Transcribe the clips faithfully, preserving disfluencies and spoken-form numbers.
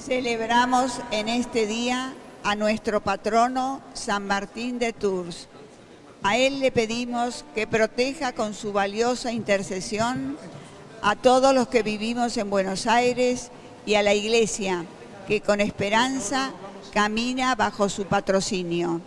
Celebramos en este día a nuestro patrono San Martín de Tours. A él le pedimos que proteja con su valiosa intercesión a todos los que vivimos en Buenos Aires y a la Iglesia, que con esperanza camina bajo su patrocinio.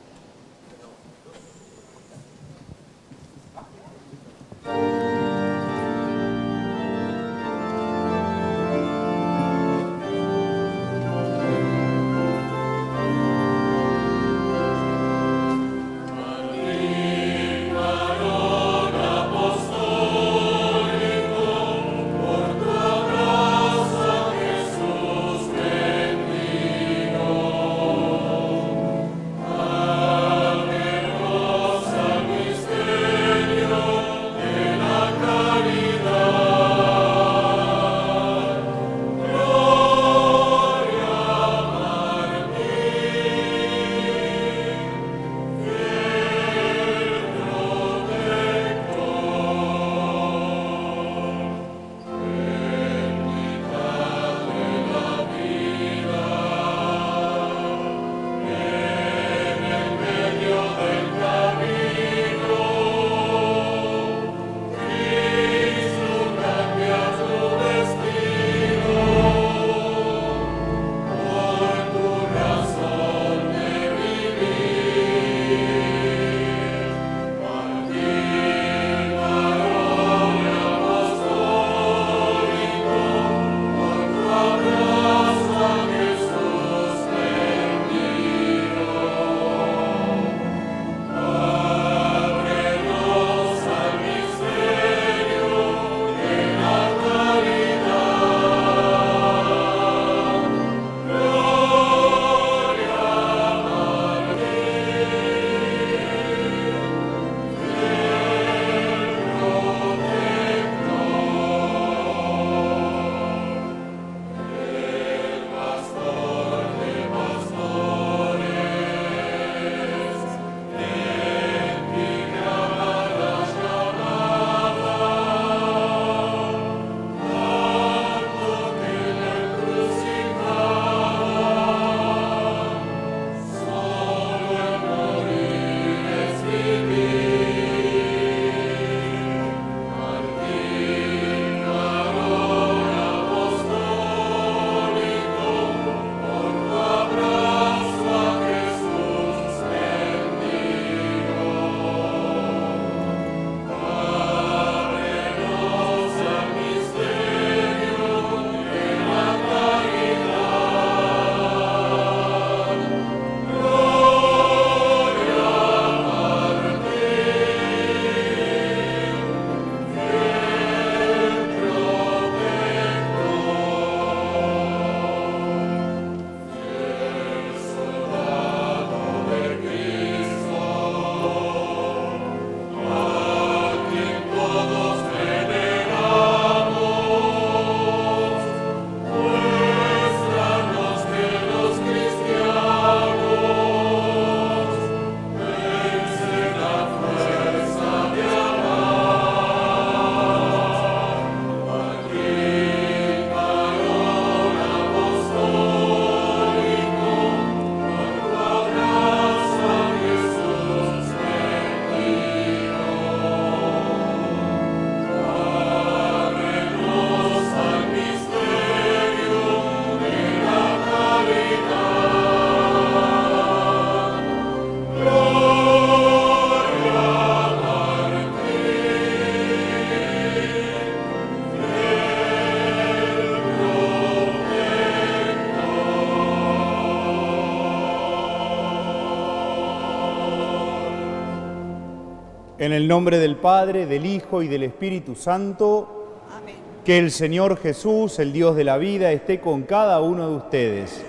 En el nombre del Padre, del Hijo y del Espíritu Santo, Amén. Que el Señor Jesús, el Dios de la vida, esté con cada uno de ustedes.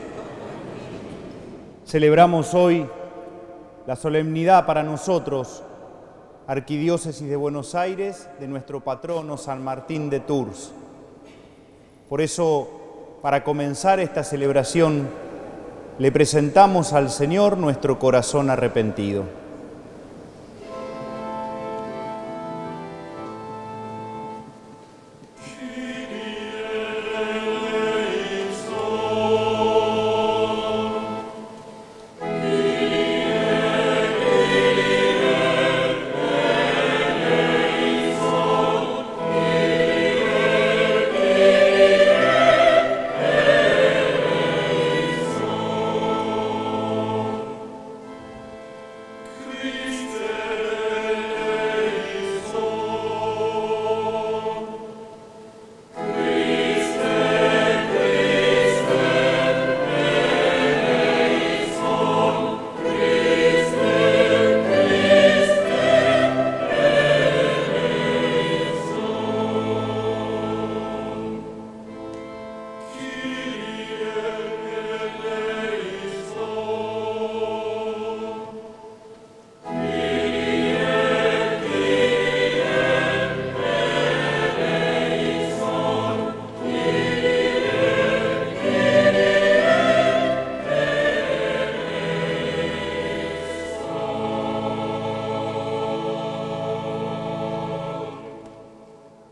Celebramos hoy la solemnidad para nosotros, Arquidiócesis de Buenos Aires, de nuestro patrono San Martín de Tours. Por eso, para comenzar esta celebración, le presentamos al Señor nuestro corazón arrepentido. Oh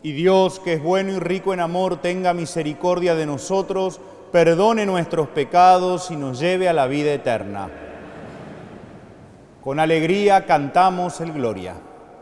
Y Dios, que es bueno y rico en amor, tenga misericordia de nosotros, perdone nuestros pecados y nos lleve a la vida eterna. Con alegría cantamos el Gloria.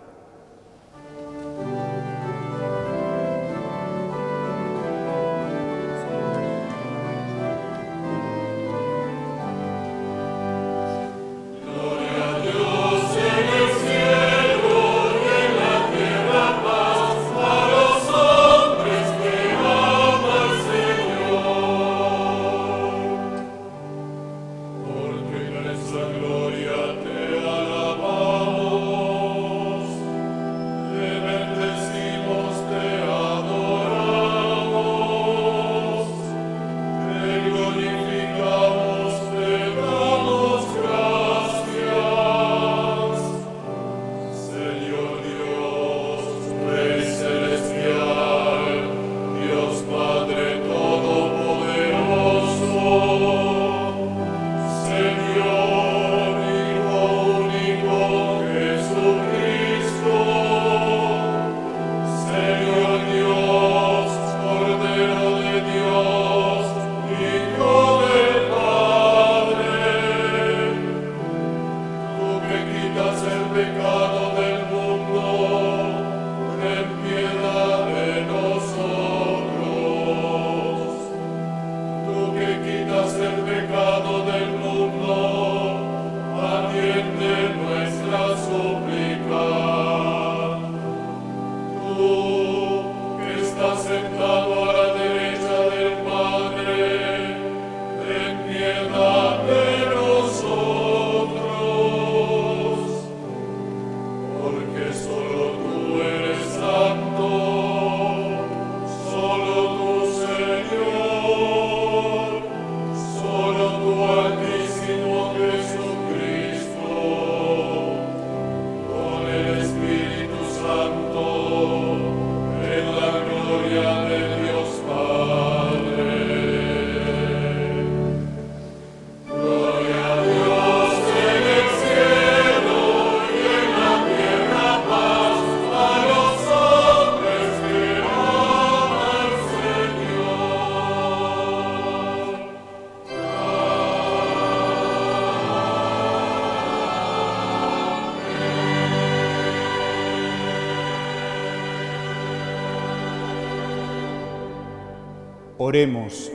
Oremos.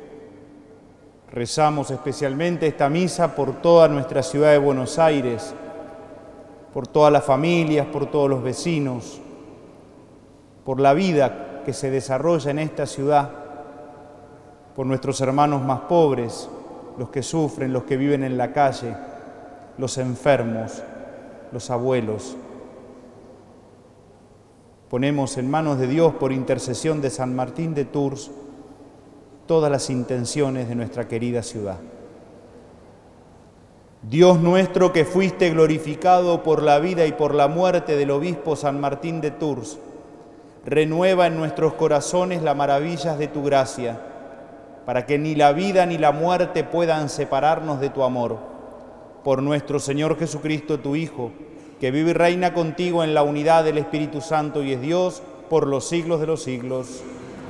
Rezamos especialmente esta misa por toda nuestra ciudad de Buenos Aires, por todas las familias, por todos los vecinos, por la vida que se desarrolla en esta ciudad, por nuestros hermanos más pobres, los que sufren, los que viven en la calle, los enfermos, los abuelos. Ponemos en manos de Dios, por intercesión de San Martín de Tours, todas las intenciones de nuestra querida ciudad. Dios nuestro, que fuiste glorificado por la vida y por la muerte del obispo San Martín de Tours, renueva en nuestros corazones las maravillas de tu gracia, para que ni la vida ni la muerte puedan separarnos de tu amor. Por nuestro Señor Jesucristo, tu Hijo, que vive y reina contigo en la unidad del Espíritu Santo y es Dios por los siglos de los siglos.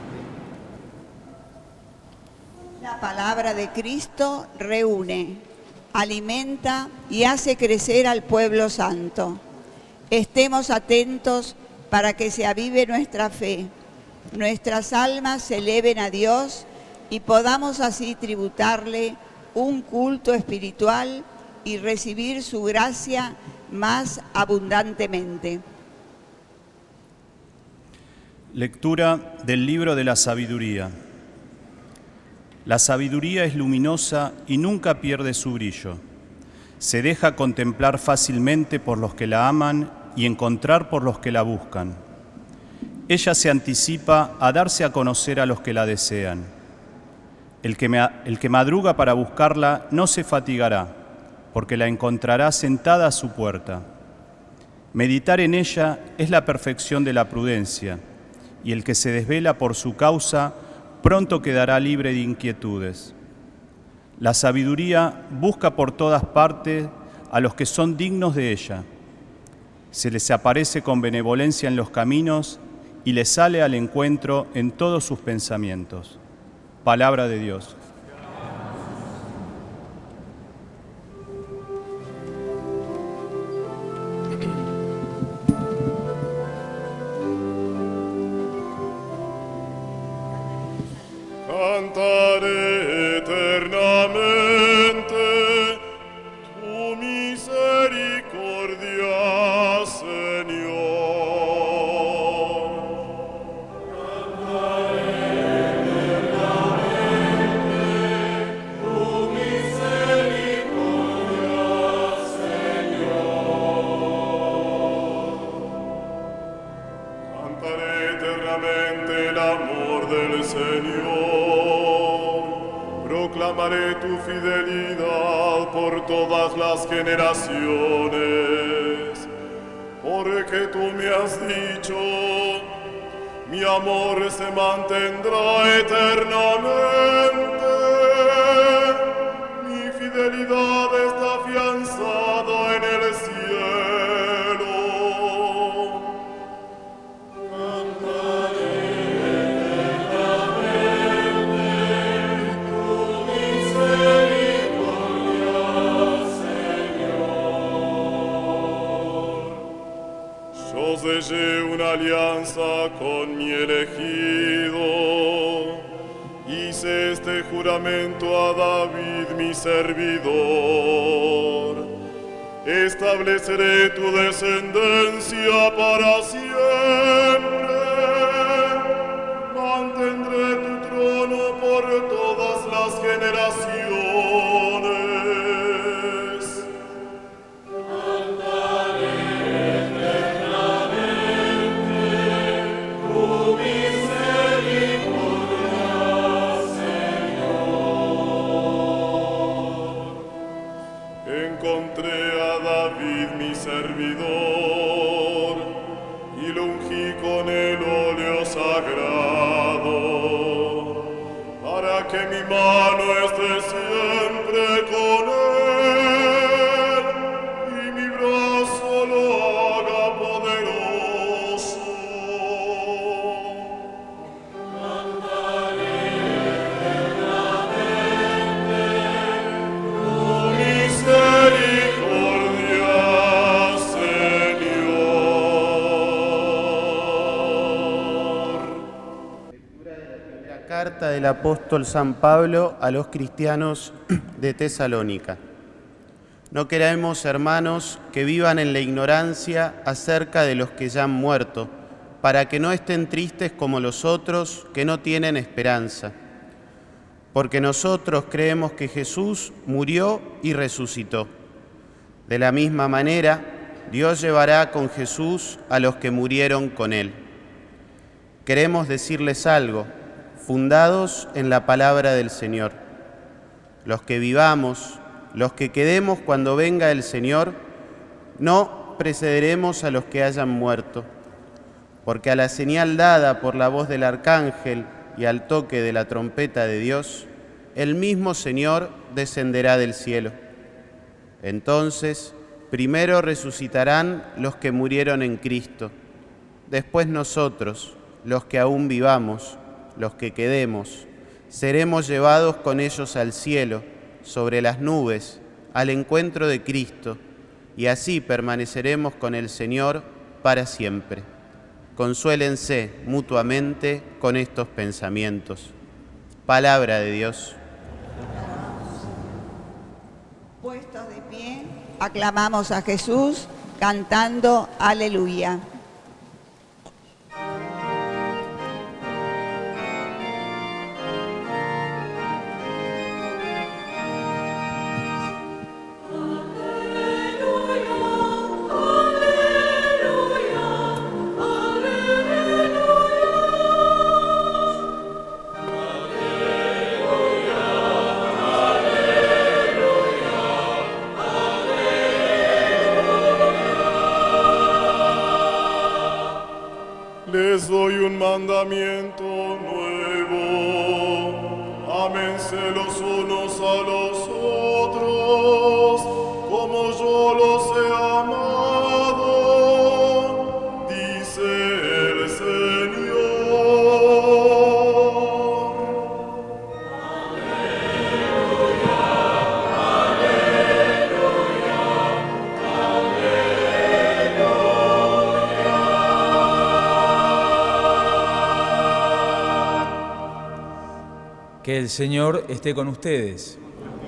La palabra de Cristo reúne, alimenta y hace crecer al pueblo santo. Estemos atentos para que se avive nuestra fe, nuestras almas se eleven a Dios y podamos así tributarle un culto espiritual y recibir su gracia más abundantemente. Lectura del libro de la sabiduría. La sabiduría es luminosa y nunca pierde su brillo. Se deja contemplar fácilmente por los que la aman y encontrar por los que la buscan. Ella se anticipa a darse a conocer a los que la desean. El que, me, el que madruga para buscarla no se fatigará, porque la encontrará sentada a su puerta. Meditar en ella es la perfección de la prudencia, y el que se desvela por su causa pronto quedará libre de inquietudes. La sabiduría busca por todas partes a los que son dignos de ella. Se les aparece con benevolencia en los caminos y le sale al encuentro en todos sus pensamientos. Palabra de Dios. Cantaré eternamente tu misericordia, Señor. Cantaré eternamente tu misericordia, Señor. Cantaré eternamente el amor del Señor. Proclamaré tu fidelidad por todas las generaciones, porque tú me has dicho, mi amor se mantendrá eternamente, mi fidelidad está afianzada en el cielo. Cantaré sellé una alianza con mi elegido, hice este juramento a David mi servidor. Estableceré tu descendencia para siempre, mantendré tu trono por todas las generaciones. Encontré a David mi servidor y lo ungí con el óleo sagrado, para que mi mano esté siempre con él y mi brazo lo haga poderoso. Cantaré eternamente tu misericordia, Señor. Lectura de la primera carta del apóstol San Pablo a los cristianos de Tesalónica. No queremos, hermanos, que vivan en la ignorancia acerca de los que ya han muerto, para que no estén tristes como los otros que no tienen esperanza. Porque nosotros creemos que Jesús murió y resucitó. De la misma manera, Dios llevará con Jesús a los que murieron con Él. Queremos decirles algo, fundados en la palabra del Señor. Los que vivamos, los que quedemos cuando venga el Señor, no precederemos a los que hayan muerto, porque a la señal dada por la voz del arcángel y al toque de la trompeta de Dios, el mismo Señor descenderá del cielo. Entonces, primero resucitarán los que murieron en Cristo, después nosotros, los que aún vivamos, los que quedemos, seremos llevados con ellos al cielo, sobre las nubes, al encuentro de Cristo, y así permaneceremos con el Señor para siempre. Consuélense mutuamente con estos pensamientos. Palabra de Dios. Puestos de pie, aclamamos a Jesús cantando Aleluya. Les doy un mandamiento nuevo, ámense los unos a los otros, como yo los he amado, dice el Señor. Que el Señor esté con ustedes.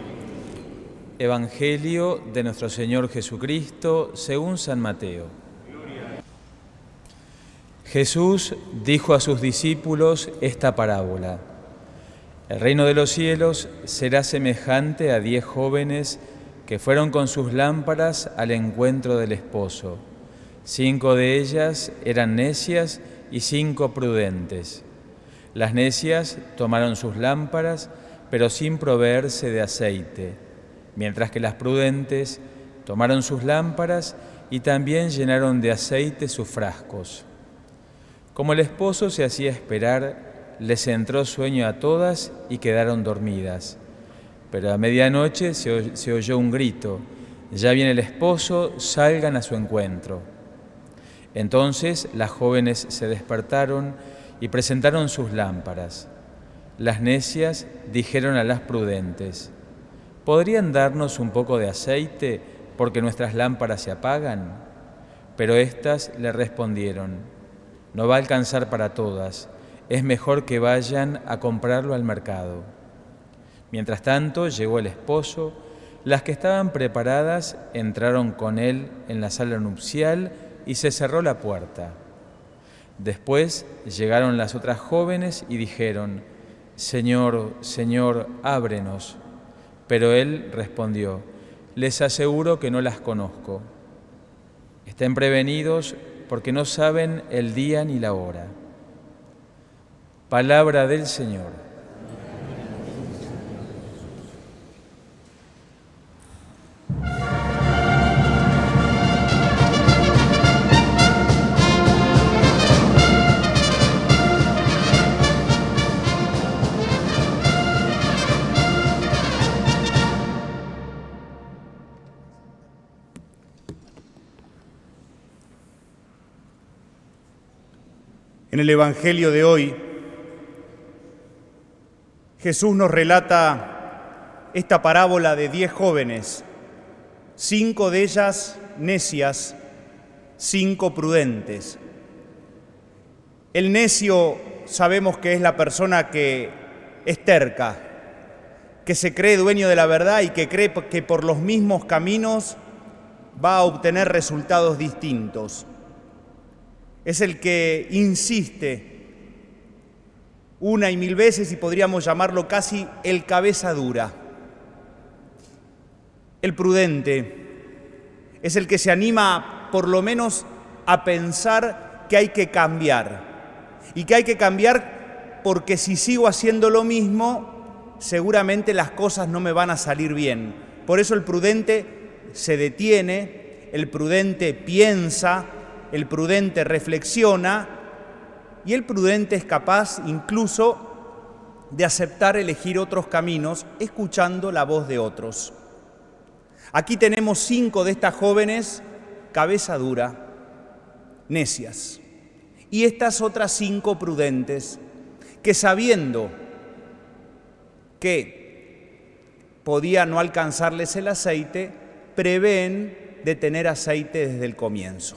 Evangelio de nuestro Señor Jesucristo según San Mateo. Jesús dijo a sus discípulos esta parábola: El reino de los cielos será semejante a diez jóvenes que fueron con sus lámparas al encuentro del esposo. Cinco de ellas eran necias y cinco prudentes. Las necias tomaron sus lámparas, pero sin proveerse de aceite, mientras que las prudentes tomaron sus lámparas y también llenaron de aceite sus frascos. Como el esposo se hacía esperar, les entró sueño a todas y quedaron dormidas. Pero a medianoche se, se oyó un grito: «Ya viene el esposo, salgan a su encuentro». Entonces las jóvenes se despertaron y presentaron sus lámparas. Las necias dijeron a las prudentes: ¿podrían darnos un poco de aceite porque nuestras lámparas se apagan? Pero éstas le respondieron: no va a alcanzar para todas, es mejor que vayan a comprarlo al mercado. Mientras tanto llegó el esposo, las que estaban preparadas entraron con él en la sala nupcial y se cerró la puerta. Después llegaron las otras jóvenes y dijeron: Señor, Señor, ábrenos. Pero él respondió: les aseguro que no las conozco. Estén prevenidos porque no saben el día ni la hora. Palabra del Señor. En el Evangelio de hoy, Jesús nos relata esta parábola de diez jóvenes, cinco de ellas necias, cinco prudentes. El necio sabemos que es la persona que es terca, que se cree dueño de la verdad y que cree que por los mismos caminos va a obtener resultados distintos. Es el que insiste una y mil veces y podríamos llamarlo casi el cabeza dura. El prudente es el que se anima por lo menos a pensar que hay que cambiar y que hay que cambiar porque si sigo haciendo lo mismo seguramente las cosas no me van a salir bien. Por eso el prudente se detiene, el prudente piensa, el prudente reflexiona y el prudente es capaz incluso de aceptar elegir otros caminos escuchando la voz de otros. Aquí tenemos cinco de estas jóvenes cabeza dura, necias, y estas otras cinco prudentes que sabiendo que podía no alcanzarles el aceite, prevén de tener aceite desde el comienzo.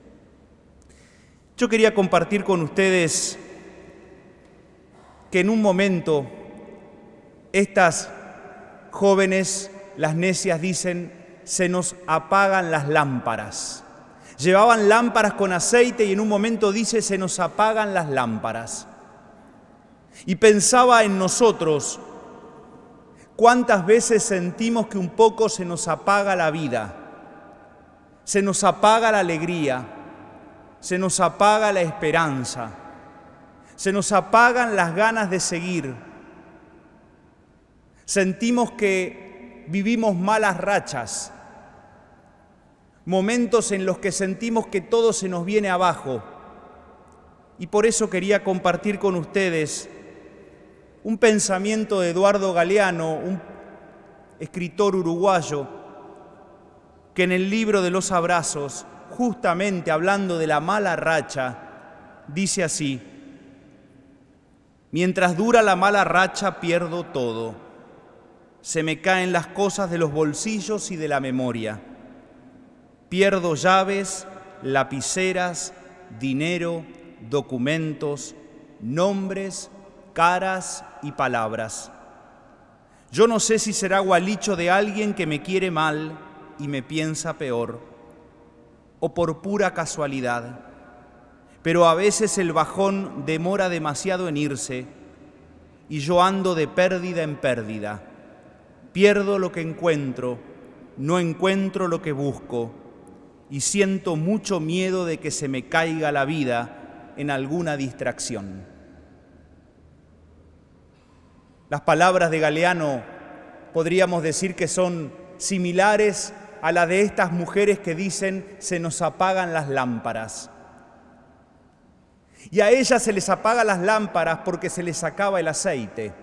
Yo quería compartir con ustedes que en un momento estas jóvenes, las necias, dicen: se nos apagan las lámparas. Llevaban lámparas con aceite y en un momento dice: se nos apagan las lámparas. Y pensaba en nosotros, ¿cuántas veces sentimos que un poco se nos apaga la vida? Se nos apaga la alegría. Se nos apaga la esperanza, se nos apagan las ganas de seguir. Sentimos que vivimos malas rachas, momentos en los que sentimos que todo se nos viene abajo. Y por eso quería compartir con ustedes un pensamiento de Eduardo Galeano, un escritor uruguayo, que en el libro de los abrazos, justamente hablando de la mala racha, dice así: mientras dura la mala racha pierdo todo, se me caen las cosas de los bolsillos y de la memoria, pierdo llaves, lapiceras, dinero, documentos, nombres, caras y palabras. Yo no sé si será gualicho de alguien que me quiere mal y me piensa peor, o por pura casualidad, pero a veces el bajón demora demasiado en irse y yo ando de pérdida en pérdida. Pierdo lo que encuentro, no encuentro lo que busco y siento mucho miedo de que se me caiga la vida en alguna distracción. Las palabras de Galeano podríamos decir que son similares a las de estas mujeres que dicen se nos apagan las lámparas. Y a ellas se les apagan las lámparas porque se les acaba el aceite.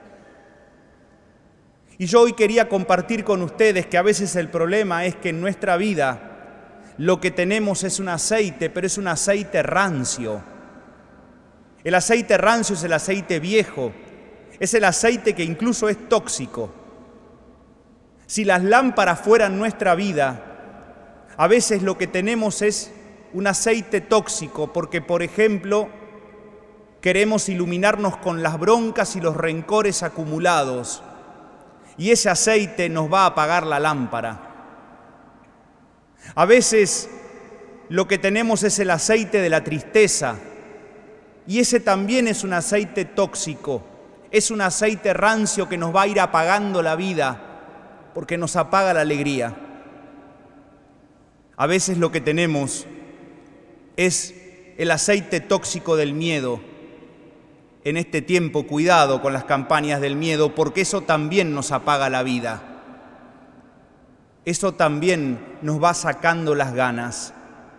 Y yo hoy quería compartir con ustedes que a veces el problema es que en nuestra vida lo que tenemos es un aceite, pero es un aceite rancio. El aceite rancio es el aceite viejo, es el aceite que incluso es tóxico. Si las lámparas fueran nuestra vida, a veces lo que tenemos es un aceite tóxico, porque, por ejemplo, queremos iluminarnos con las broncas y los rencores acumulados, y ese aceite nos va a apagar la lámpara. A veces lo que tenemos es el aceite de la tristeza, y ese también es un aceite tóxico, es un aceite rancio que nos va a ir apagando la vida, porque nos apaga la alegría. A veces lo que tenemos es el aceite tóxico del miedo. En este tiempo, cuidado con las campañas del miedo, porque eso también nos apaga la vida. Eso también nos va sacando las ganas.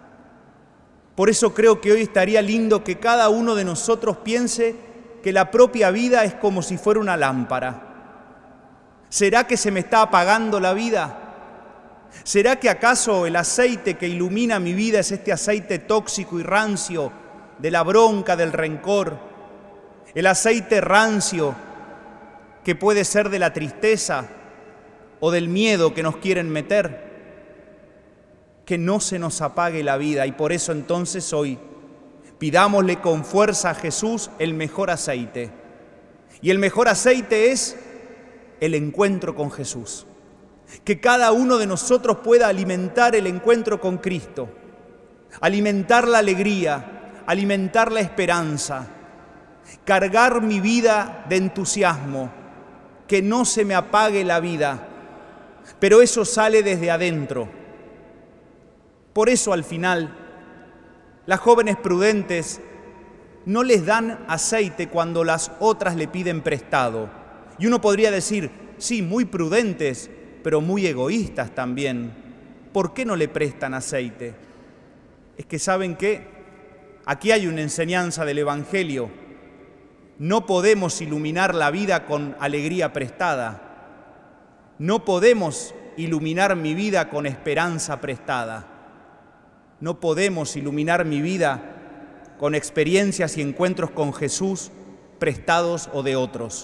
Por eso creo que hoy estaría lindo que cada uno de nosotros piense que la propia vida es como si fuera una lámpara. ¿Será que se me está apagando la vida? ¿Será que acaso el aceite que ilumina mi vida es este aceite tóxico y rancio de la bronca, del rencor? El aceite rancio que puede ser de la tristeza o del miedo que nos quieren meter. Que no se nos apague la vida, y por eso entonces hoy pidámosle con fuerza a Jesús el mejor aceite. Y el mejor aceite es el encuentro con Jesús. Que cada uno de nosotros pueda alimentar el encuentro con Cristo, alimentar la alegría, alimentar la esperanza, cargar mi vida de entusiasmo, que no se me apague la vida, pero eso sale desde adentro. Por eso al final, las jóvenes prudentes no les dan aceite cuando las otras le piden prestado. Y uno podría decir, sí, muy prudentes, pero muy egoístas también. ¿Por qué no le prestan aceite? Es que ¿saben qué? Aquí hay una enseñanza del Evangelio. No podemos iluminar la vida con alegría prestada. No podemos iluminar mi vida con esperanza prestada. No podemos iluminar mi vida con experiencias y encuentros con Jesús prestados o de otros.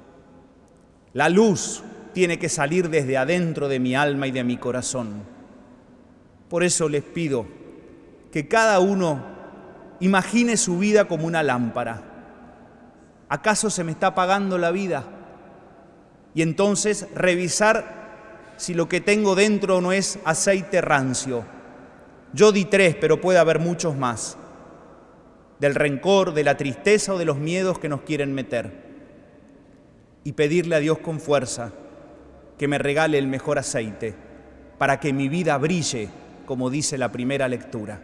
La luz tiene que salir desde adentro de mi alma y de mi corazón. Por eso les pido que cada uno imagine su vida como una lámpara. ¿Acaso se me está apagando la vida? Y entonces revisar si lo que tengo dentro no es aceite rancio. Yo di tres, pero puede haber muchos más. Del rencor, de la tristeza o de los miedos que nos quieren meter. Y pedirle a Dios con fuerza que me regale el mejor aceite para que mi vida brille, como dice la primera lectura.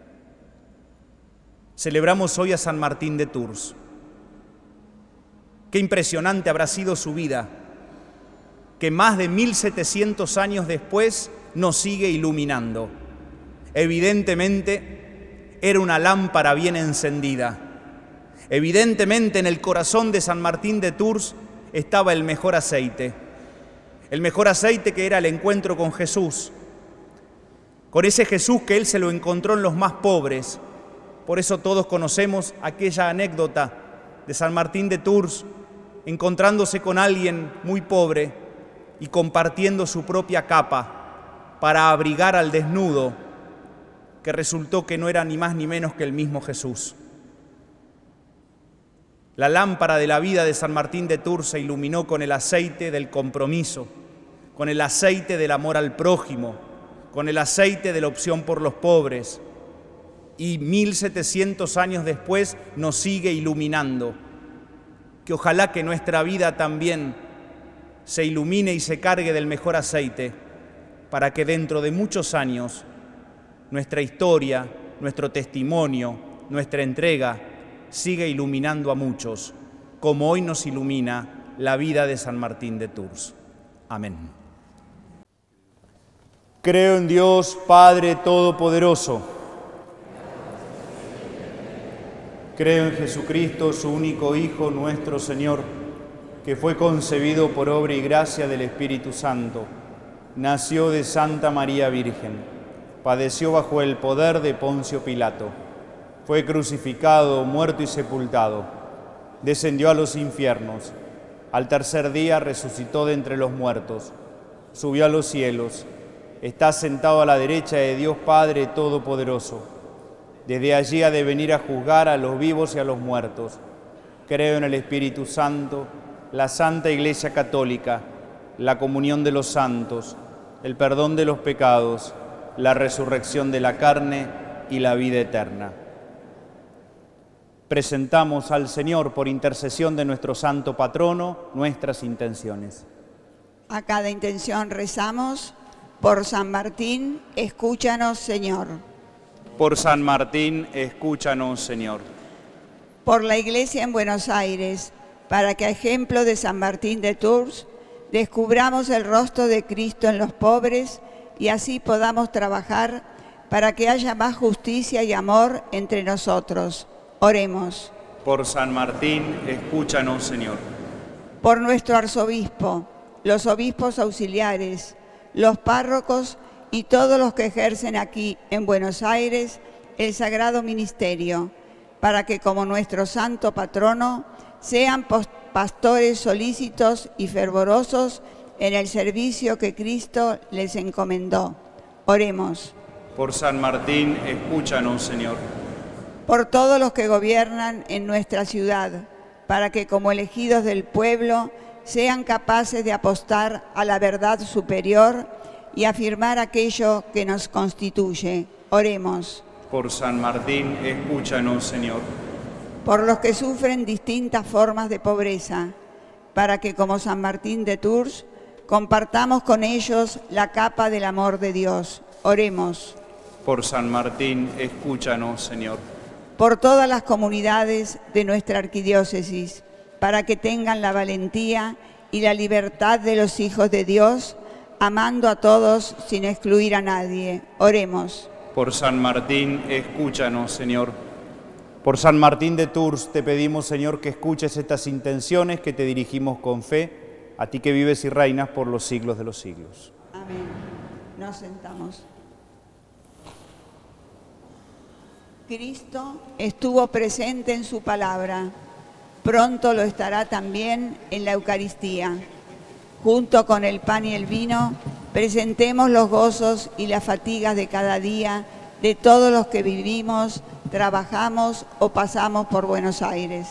Celebramos hoy a San Martín de Tours. Qué impresionante habrá sido su vida, que más de mil setecientos años después nos sigue iluminando. Evidentemente, era una lámpara bien encendida. Evidentemente, en el corazón de San Martín de Tours estaba el mejor aceite. El mejor aceite que era el encuentro con Jesús. Con ese Jesús que él se lo encontró en los más pobres. Por eso todos conocemos aquella anécdota de San Martín de Tours, encontrándose con alguien muy pobre y compartiendo su propia capa para abrigar al desnudo, que resultó que no era ni más ni menos que el mismo Jesús. La lámpara de la vida de San Martín de Tours se iluminó con el aceite del compromiso, con el aceite del amor al prójimo, con el aceite de la opción por los pobres. Y mil setecientos años después nos sigue iluminando. Que ojalá que nuestra vida también se ilumine y se cargue del mejor aceite, para que dentro de muchos años nuestra historia, nuestro testimonio, nuestra entrega siga iluminando a muchos, como hoy nos ilumina la vida de San Martín de Tours. Amén. Creo en Dios, Padre Todopoderoso. Creo en Jesucristo, su único Hijo, nuestro Señor, que fue concebido por obra y gracia del Espíritu Santo. Nació de Santa María Virgen. Padeció bajo el poder de Poncio Pilato. Fue crucificado, muerto y sepultado. Descendió a los infiernos. Al tercer día resucitó de entre los muertos. Subió a los cielos. Está sentado a la derecha de Dios Padre Todopoderoso. Desde allí ha de venir a juzgar a los vivos y a los muertos. Creo en el Espíritu Santo, la Santa Iglesia Católica, la comunión de los santos, el perdón de los pecados, la resurrección de la carne y la vida eterna. Presentamos al Señor, por intercesión de nuestro santo patrono, nuestras intenciones. A cada intención rezamos. Por San Martín, escúchanos, Señor. Por San Martín, escúchanos, Señor. Por la Iglesia en Buenos Aires, para que a ejemplo de San Martín de Tours, descubramos el rostro de Cristo en los pobres y así podamos trabajar para que haya más justicia y amor entre nosotros. Oremos. Por San Martín, escúchanos, Señor. Por nuestro arzobispo, los obispos auxiliares, los párrocos y todos los que ejercen aquí en Buenos Aires el sagrado ministerio, para que como nuestro santo patrono sean pastores solícitos y fervorosos en el servicio que Cristo les encomendó. Oremos. Por San Martín, escúchanos, Señor. Por todos los que gobiernan en nuestra ciudad, para que como elegidos del pueblo sean capaces de apostar a la verdad superior y afirmar aquello que nos constituye. Oremos. Por San Martín, escúchanos, Señor. Por los que sufren distintas formas de pobreza, para que como San Martín de Tours compartamos con ellos la capa del amor de Dios. Oremos. Por San Martín, escúchanos, Señor. Por todas las comunidades de nuestra arquidiócesis, para que tengan la valentía y la libertad de los hijos de Dios, amando a todos sin excluir a nadie. Oremos. Por San Martín, escúchanos, Señor. Por San Martín de Tours te pedimos, Señor, que escuches estas intenciones que te dirigimos con fe, a ti que vives y reinas por los siglos de los siglos. Amén. Nos sentamos. Cristo estuvo presente en su palabra. Pronto lo estará también en la Eucaristía. Junto con el pan y el vino, presentemos los gozos y las fatigas de cada día de todos los que vivimos, trabajamos o pasamos por Buenos Aires.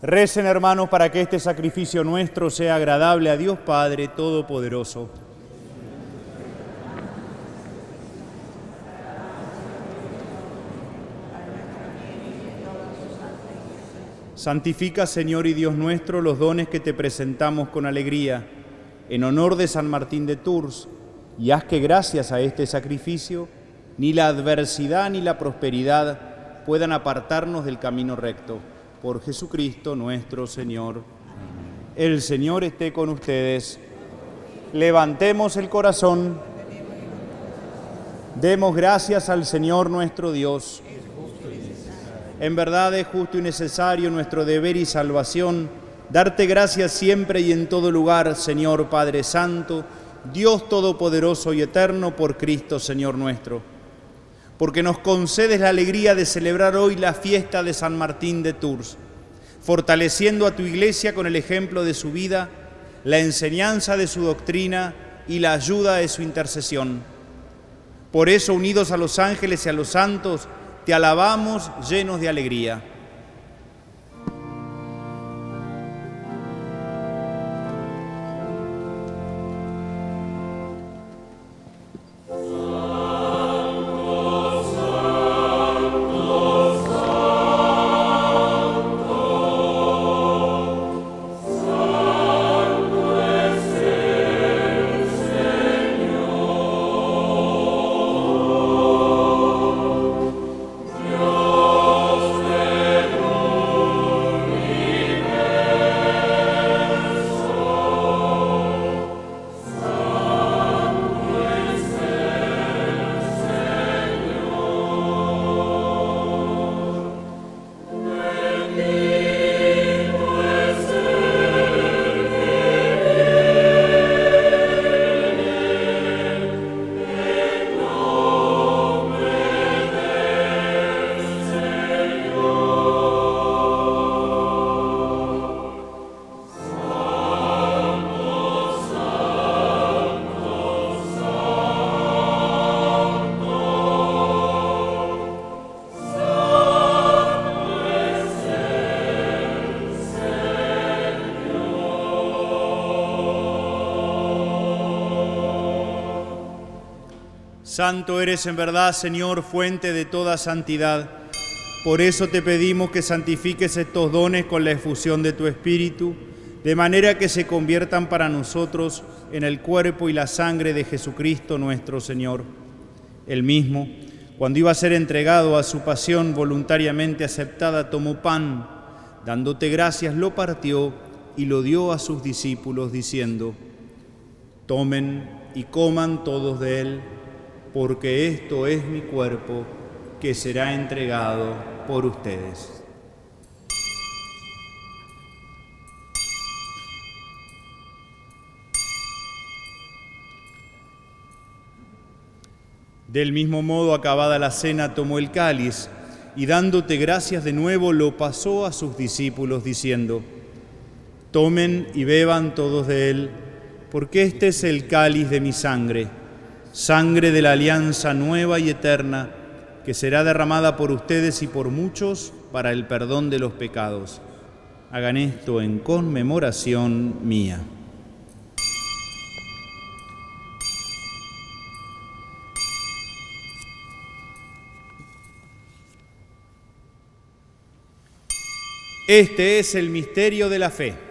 Recen, hermanos, para que este sacrificio nuestro sea agradable a Dios Padre Todopoderoso. Santifica, Señor y Dios nuestro, los dones que te presentamos con alegría, en honor de San Martín de Tours, y haz que gracias a este sacrificio, ni la adversidad ni la prosperidad puedan apartarnos del camino recto. Por Jesucristo nuestro Señor. El Señor esté con ustedes. Levantemos el corazón. Demos gracias al Señor nuestro Dios. En verdad es justo y necesario nuestro deber y salvación darte gracias siempre y en todo lugar, Señor Padre Santo, Dios Todopoderoso y Eterno, por Cristo Señor nuestro, porque nos concedes la alegría de celebrar hoy la fiesta de San Martín de Tours, fortaleciendo a tu Iglesia con el ejemplo de su vida, la enseñanza de su doctrina y la ayuda de su intercesión. Por eso, unidos a los ángeles y a los santos, te alabamos llenos de alegría. Santo eres en verdad, Señor, fuente de toda santidad. Por eso te pedimos que santifiques estos dones con la efusión de tu Espíritu, de manera que se conviertan para nosotros en el cuerpo y la sangre de Jesucristo nuestro Señor. Él mismo, cuando iba a ser entregado a su pasión voluntariamente aceptada, tomó pan, dándote gracias, lo partió y lo dio a sus discípulos, diciendo: tomen y coman todos de él, porque esto es mi cuerpo, que será entregado por ustedes. Del mismo modo, acabada la cena, tomó el cáliz y dándote gracias de nuevo, lo pasó a sus discípulos, diciendo: tomen y beban todos de él, porque este es el cáliz de mi sangre, sangre de la alianza nueva y eterna, que será derramada por ustedes y por muchos para el perdón de los pecados. Hagan esto en conmemoración mía. Este es el misterio de la fe.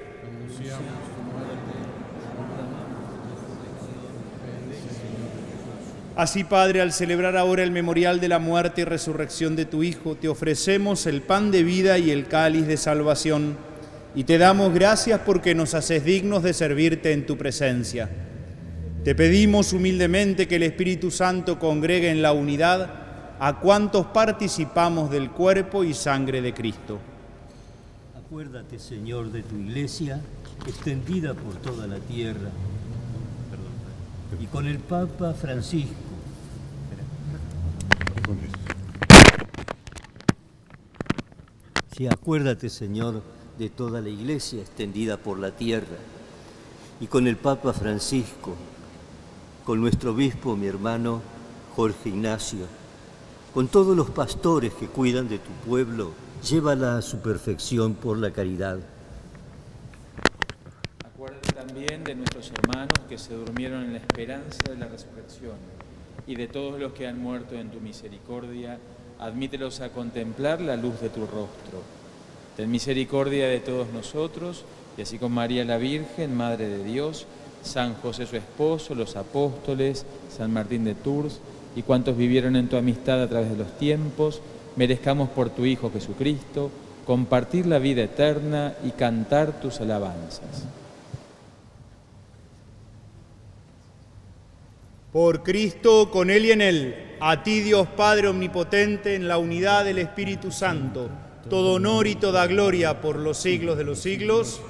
Así, Padre, al celebrar ahora el memorial de la muerte y resurrección de tu Hijo, te ofrecemos el pan de vida y el cáliz de salvación, y te damos gracias porque nos haces dignos de servirte en tu presencia. Te pedimos humildemente que el Espíritu Santo congregue en la unidad a cuantos participamos del cuerpo y sangre de Cristo. Acuérdate, Señor, de tu Iglesia, extendida por toda la tierra, y con el Papa Francisco. Sí, acuérdate, Señor, de toda la Iglesia extendida por la tierra, y con el Papa Francisco, con nuestro obispo, mi hermano Jorge Ignacio, con todos los pastores que cuidan de tu pueblo, llévala a su perfección por la caridad. Acuérdate también de nuestros hermanos que se durmieron en la esperanza de la resurrección y de todos los que han muerto en tu misericordia, admítelos a contemplar la luz de tu rostro. Ten misericordia de todos nosotros, y así con María la Virgen, Madre de Dios, San José su esposo, los apóstoles, San Martín de Tours y cuantos vivieron en tu amistad a través de los tiempos, merezcamos por tu Hijo Jesucristo compartir la vida eterna y cantar tus alabanzas. Por Cristo, con Él y en Él, a ti Dios Padre Omnipotente, en la unidad del Espíritu Santo, todo honor y toda gloria por los siglos de los siglos.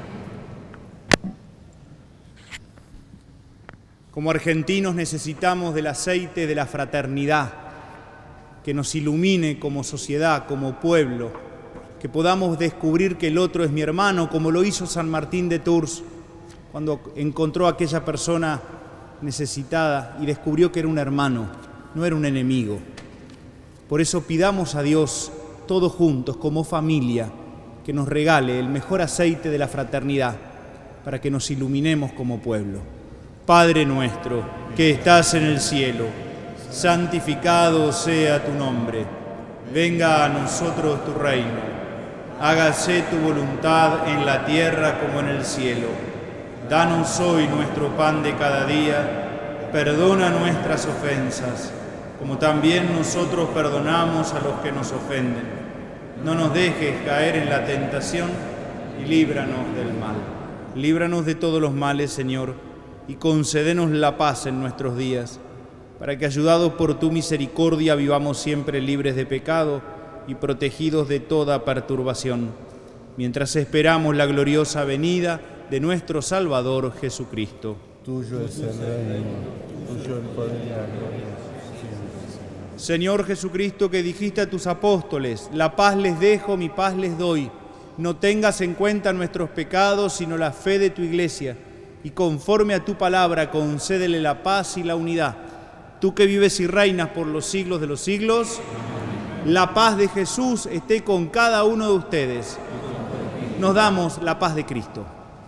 Como argentinos necesitamos del aceite de la fraternidad, que nos ilumine como sociedad, como pueblo, que podamos descubrir que el otro es mi hermano, como lo hizo San Martín de Tours, cuando encontró a aquella persona necesitada y descubrió que era un hermano, no era un enemigo. Por eso pidamos a Dios, todos juntos, como familia, que nos regale el mejor aceite de la fraternidad, para que nos iluminemos como pueblo. Padre nuestro, que estás en el cielo, santificado sea tu nombre. Venga a nosotros tu reino. Hágase tu voluntad en la tierra como en el cielo. Danos hoy nuestro pan de cada día. Perdona nuestras ofensas, como también nosotros perdonamos a los que nos ofenden. No nos dejes caer en la tentación y líbranos del mal. Líbranos de todos los males, Señor, y concédenos la paz en nuestros días, para que, ayudados por tu misericordia, vivamos siempre libres de pecado y protegidos de toda perturbación, mientras esperamos la gloriosa venida de nuestro Salvador Jesucristo. Tuyo es el reino, tuyo el poder y la gloria. Señor Jesucristo, que dijiste a tus apóstoles, la paz les dejo, mi paz les doy. No tengas en cuenta nuestros pecados, sino la fe de tu Iglesia, y conforme a tu palabra concédele la paz y la unidad. Tú que vives y reinas por los siglos de los siglos, la paz de Jesús esté con cada uno de ustedes. Nos damos la paz de Cristo.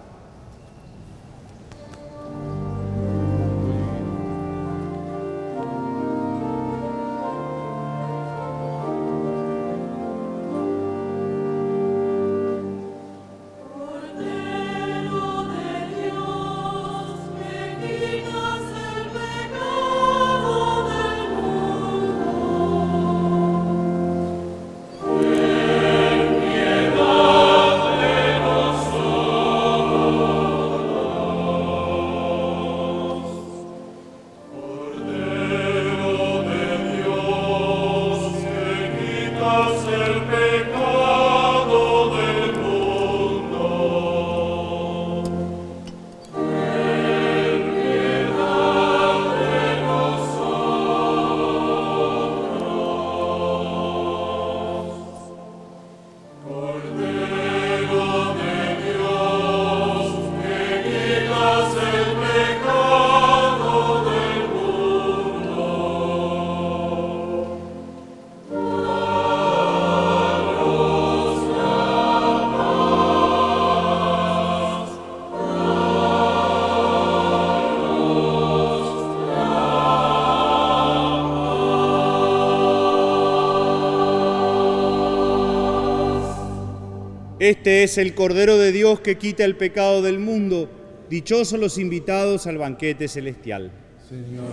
Este es el Cordero de Dios que quita el pecado del mundo. Dichosos los invitados al banquete celestial. Señor,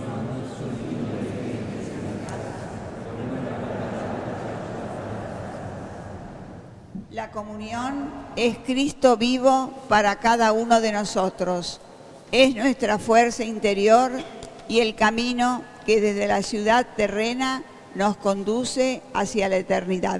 la comunión es Cristo vivo para cada uno de nosotros. Es nuestra fuerza interior y el camino que desde la ciudad terrena nos conduce hacia la eternidad.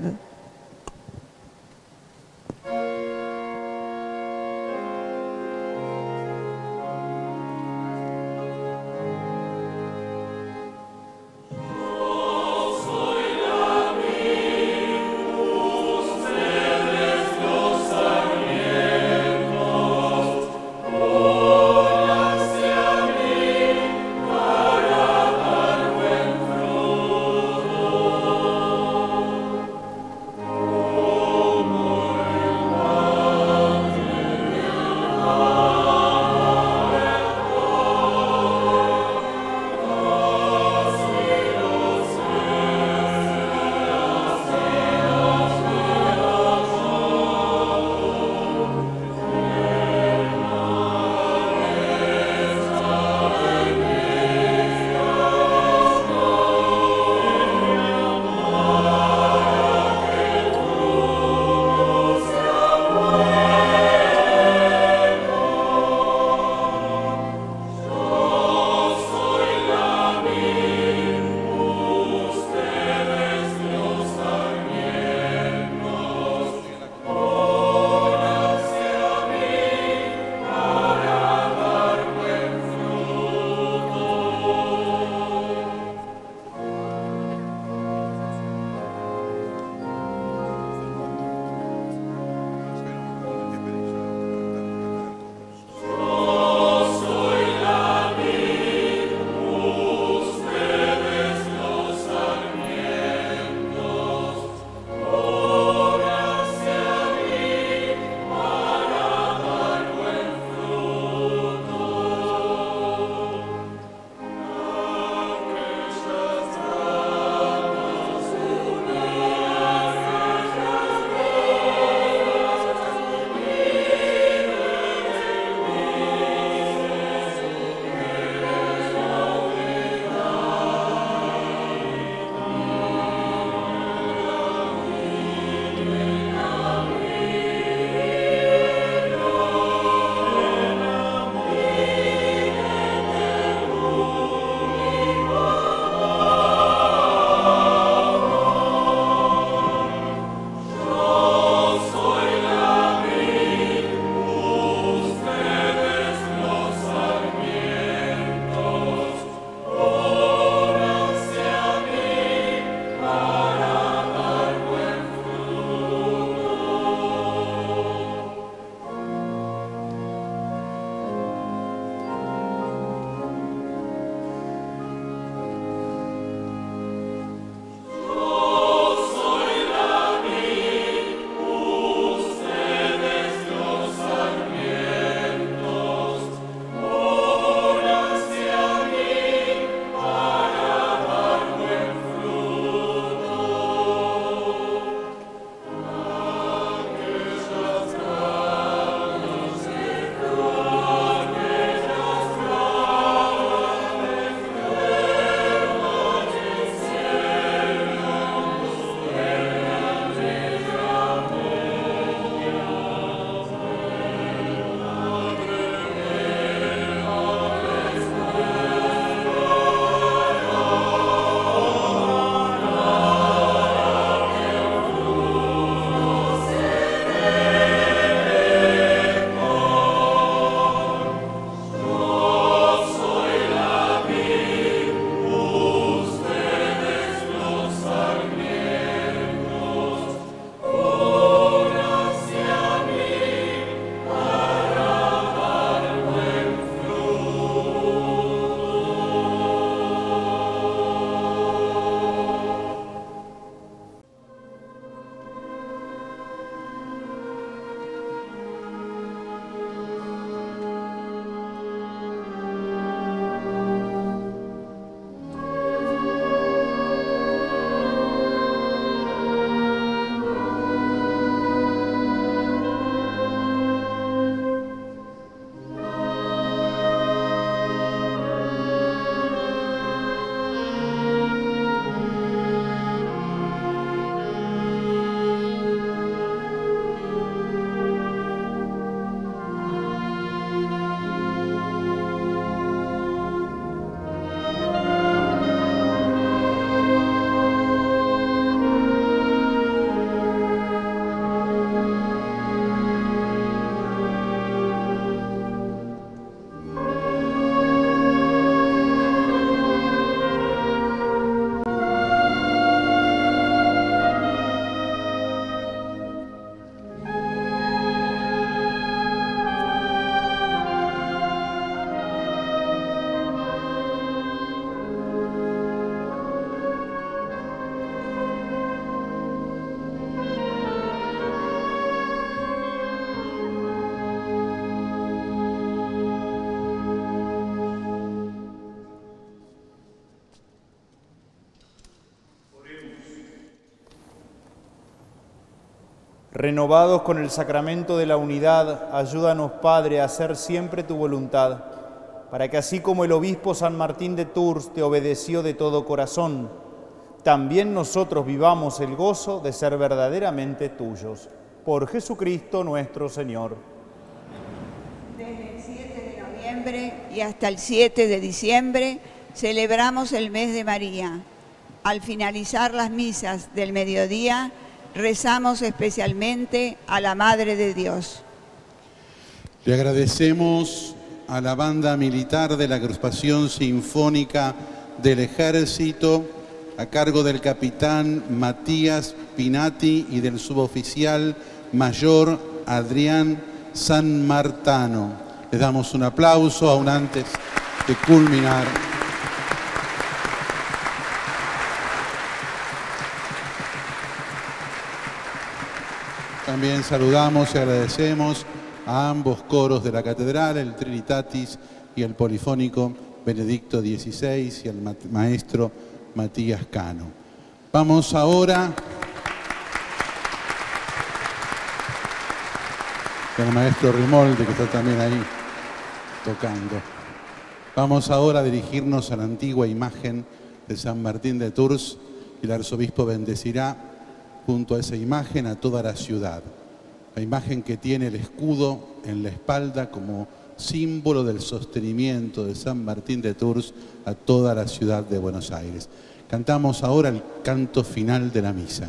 Oh Renovados con el sacramento de la unidad, ayúdanos, Padre, a hacer siempre tu voluntad, para que así como el obispo San Martín de Tours te obedeció de todo corazón, también nosotros vivamos el gozo de ser verdaderamente tuyos. Por Jesucristo nuestro Señor. Desde el siete de noviembre y hasta el siete de diciembre celebramos el mes de María. Al finalizar las misas del mediodía, rezamos especialmente a la Madre de Dios. Le agradecemos a la banda militar de la Agrupación Sinfónica del Ejército, a cargo del capitán Matías Pinati y del suboficial mayor Adrián San Martano. Les damos un aplauso aún antes de culminar. También saludamos y agradecemos a ambos coros de la catedral, el Trinitatis y el Polifónico Benedicto dieciséis y al ma maestro Matías Cano. Vamos ahora con el maestro Rimoldi, que está también ahí tocando. Vamos ahora a dirigirnos a la antigua imagen de San Martín de Tours y el arzobispo bendecirá junto a esa imagen a toda la ciudad. La imagen que tiene el escudo en la espalda como símbolo del sostenimiento de San Martín de Tours a toda la ciudad de Buenos Aires. Cantamos ahora el canto final de la misa.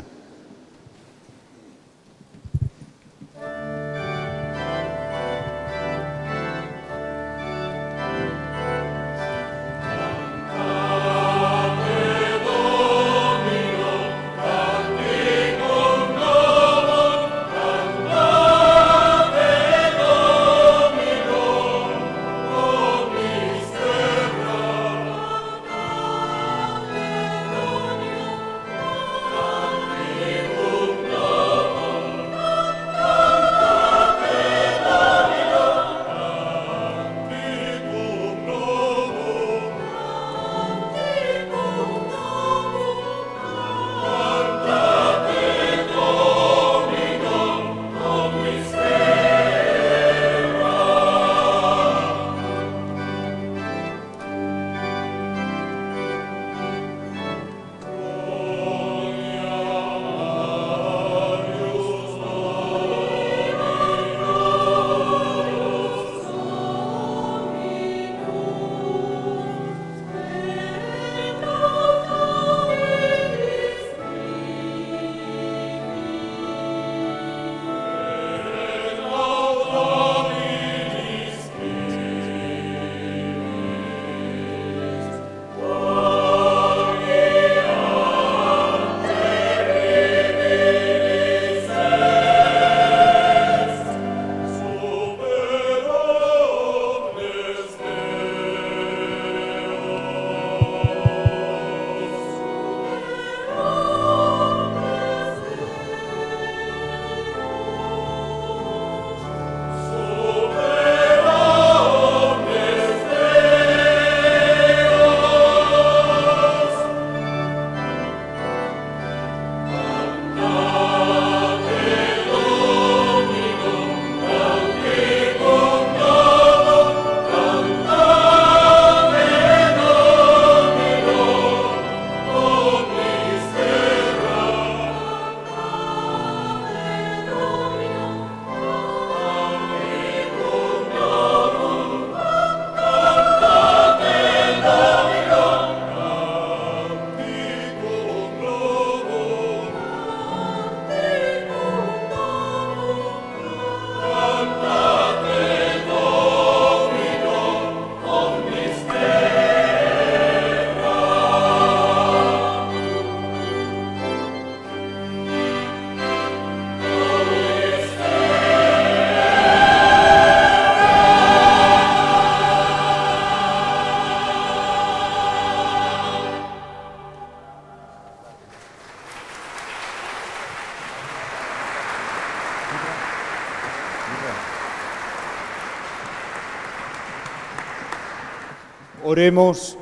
Oremos.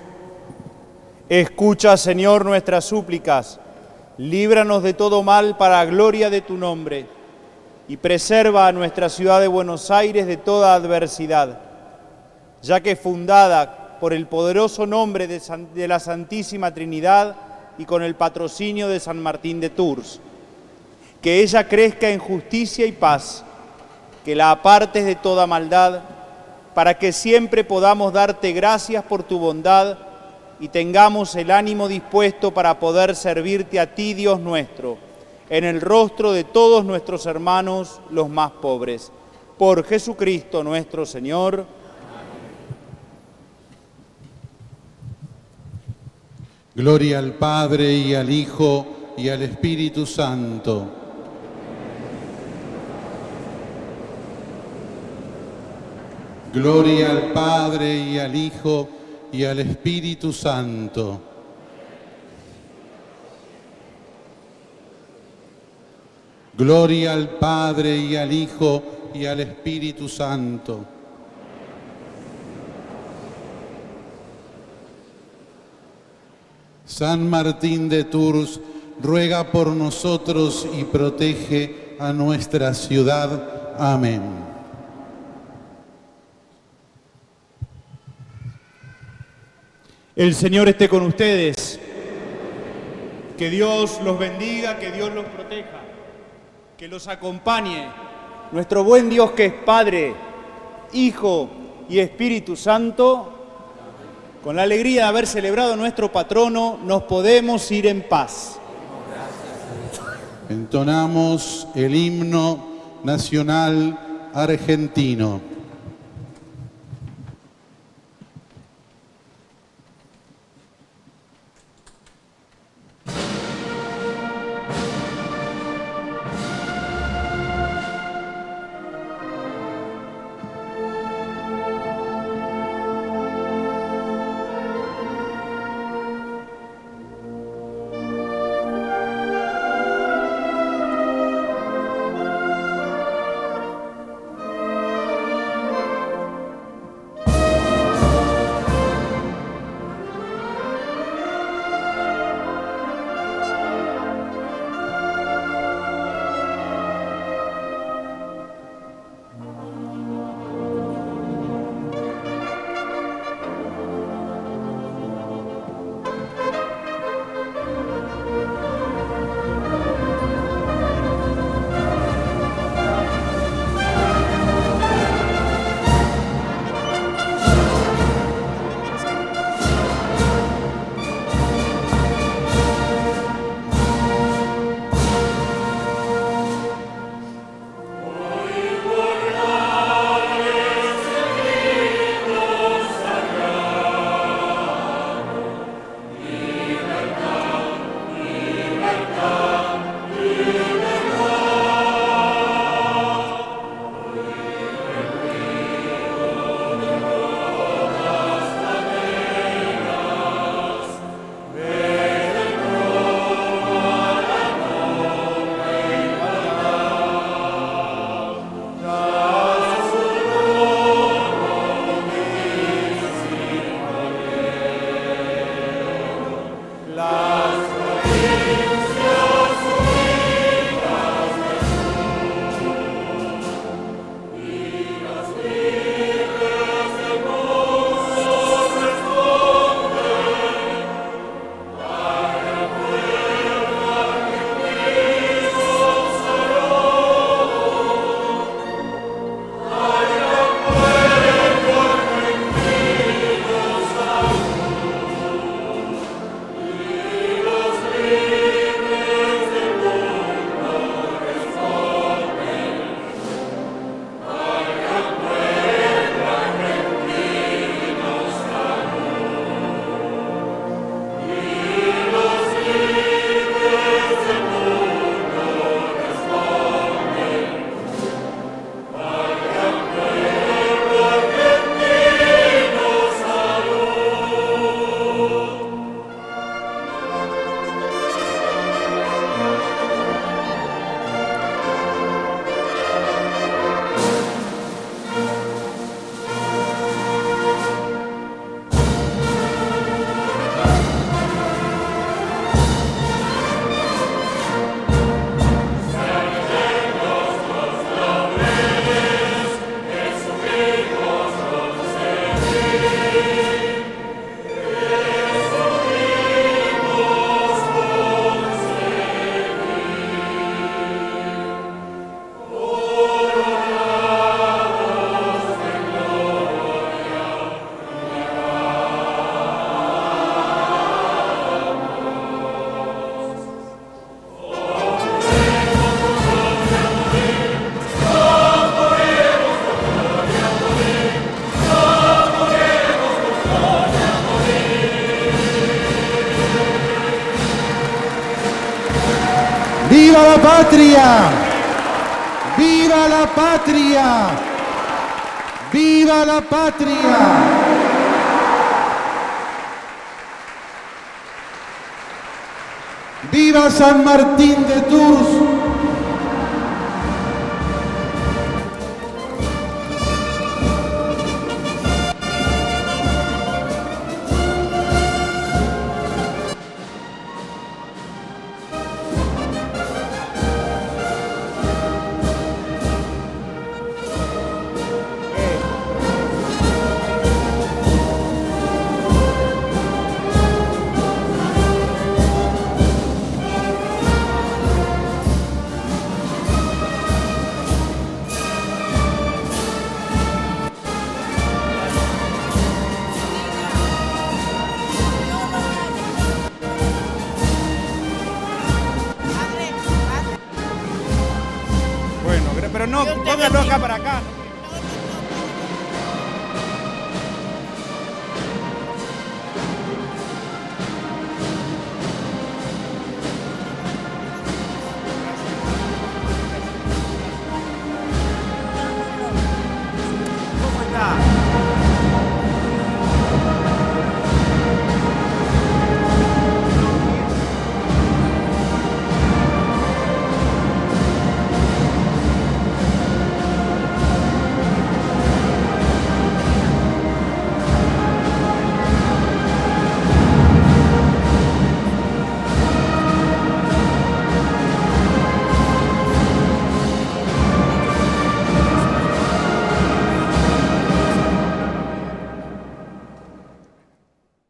Escucha, Señor, nuestras súplicas. Líbranos de todo mal para gloria de tu nombre. y preserva a nuestra ciudad de Buenos Aires de toda adversidad, ya que fundada por el poderoso nombre de, San, de la Santísima Trinidad y con el patrocinio de San Martín de Tours. Que ella crezca en justicia y paz, que la apartes de toda maldad, para que siempre podamos darte gracias por tu bondad y tengamos el ánimo dispuesto para poder servirte a ti, Dios nuestro, en el rostro de todos nuestros hermanos, los más pobres. Por Jesucristo nuestro Señor. Gloria al Padre y al Hijo y al Espíritu Santo. Gloria al Padre y al Hijo y al Espíritu Santo. Gloria al Padre y al Hijo y al Espíritu Santo. San Martín de Tours, ruega por nosotros y protege a nuestra ciudad. Amén. El Señor esté con ustedes. Que Dios los bendiga, que Dios los proteja, que los acompañe. Nuestro buen Dios, que es Padre, Hijo y Espíritu Santo, con la alegría de haber celebrado nuestro patrono, nos podemos ir en paz. Entonamos el himno nacional argentino. ¡Viva la patria! ¡Viva la patria! ¡Viva la patria! ¡Viva San Martín de Tours! Pero no, póngalo acá para acá.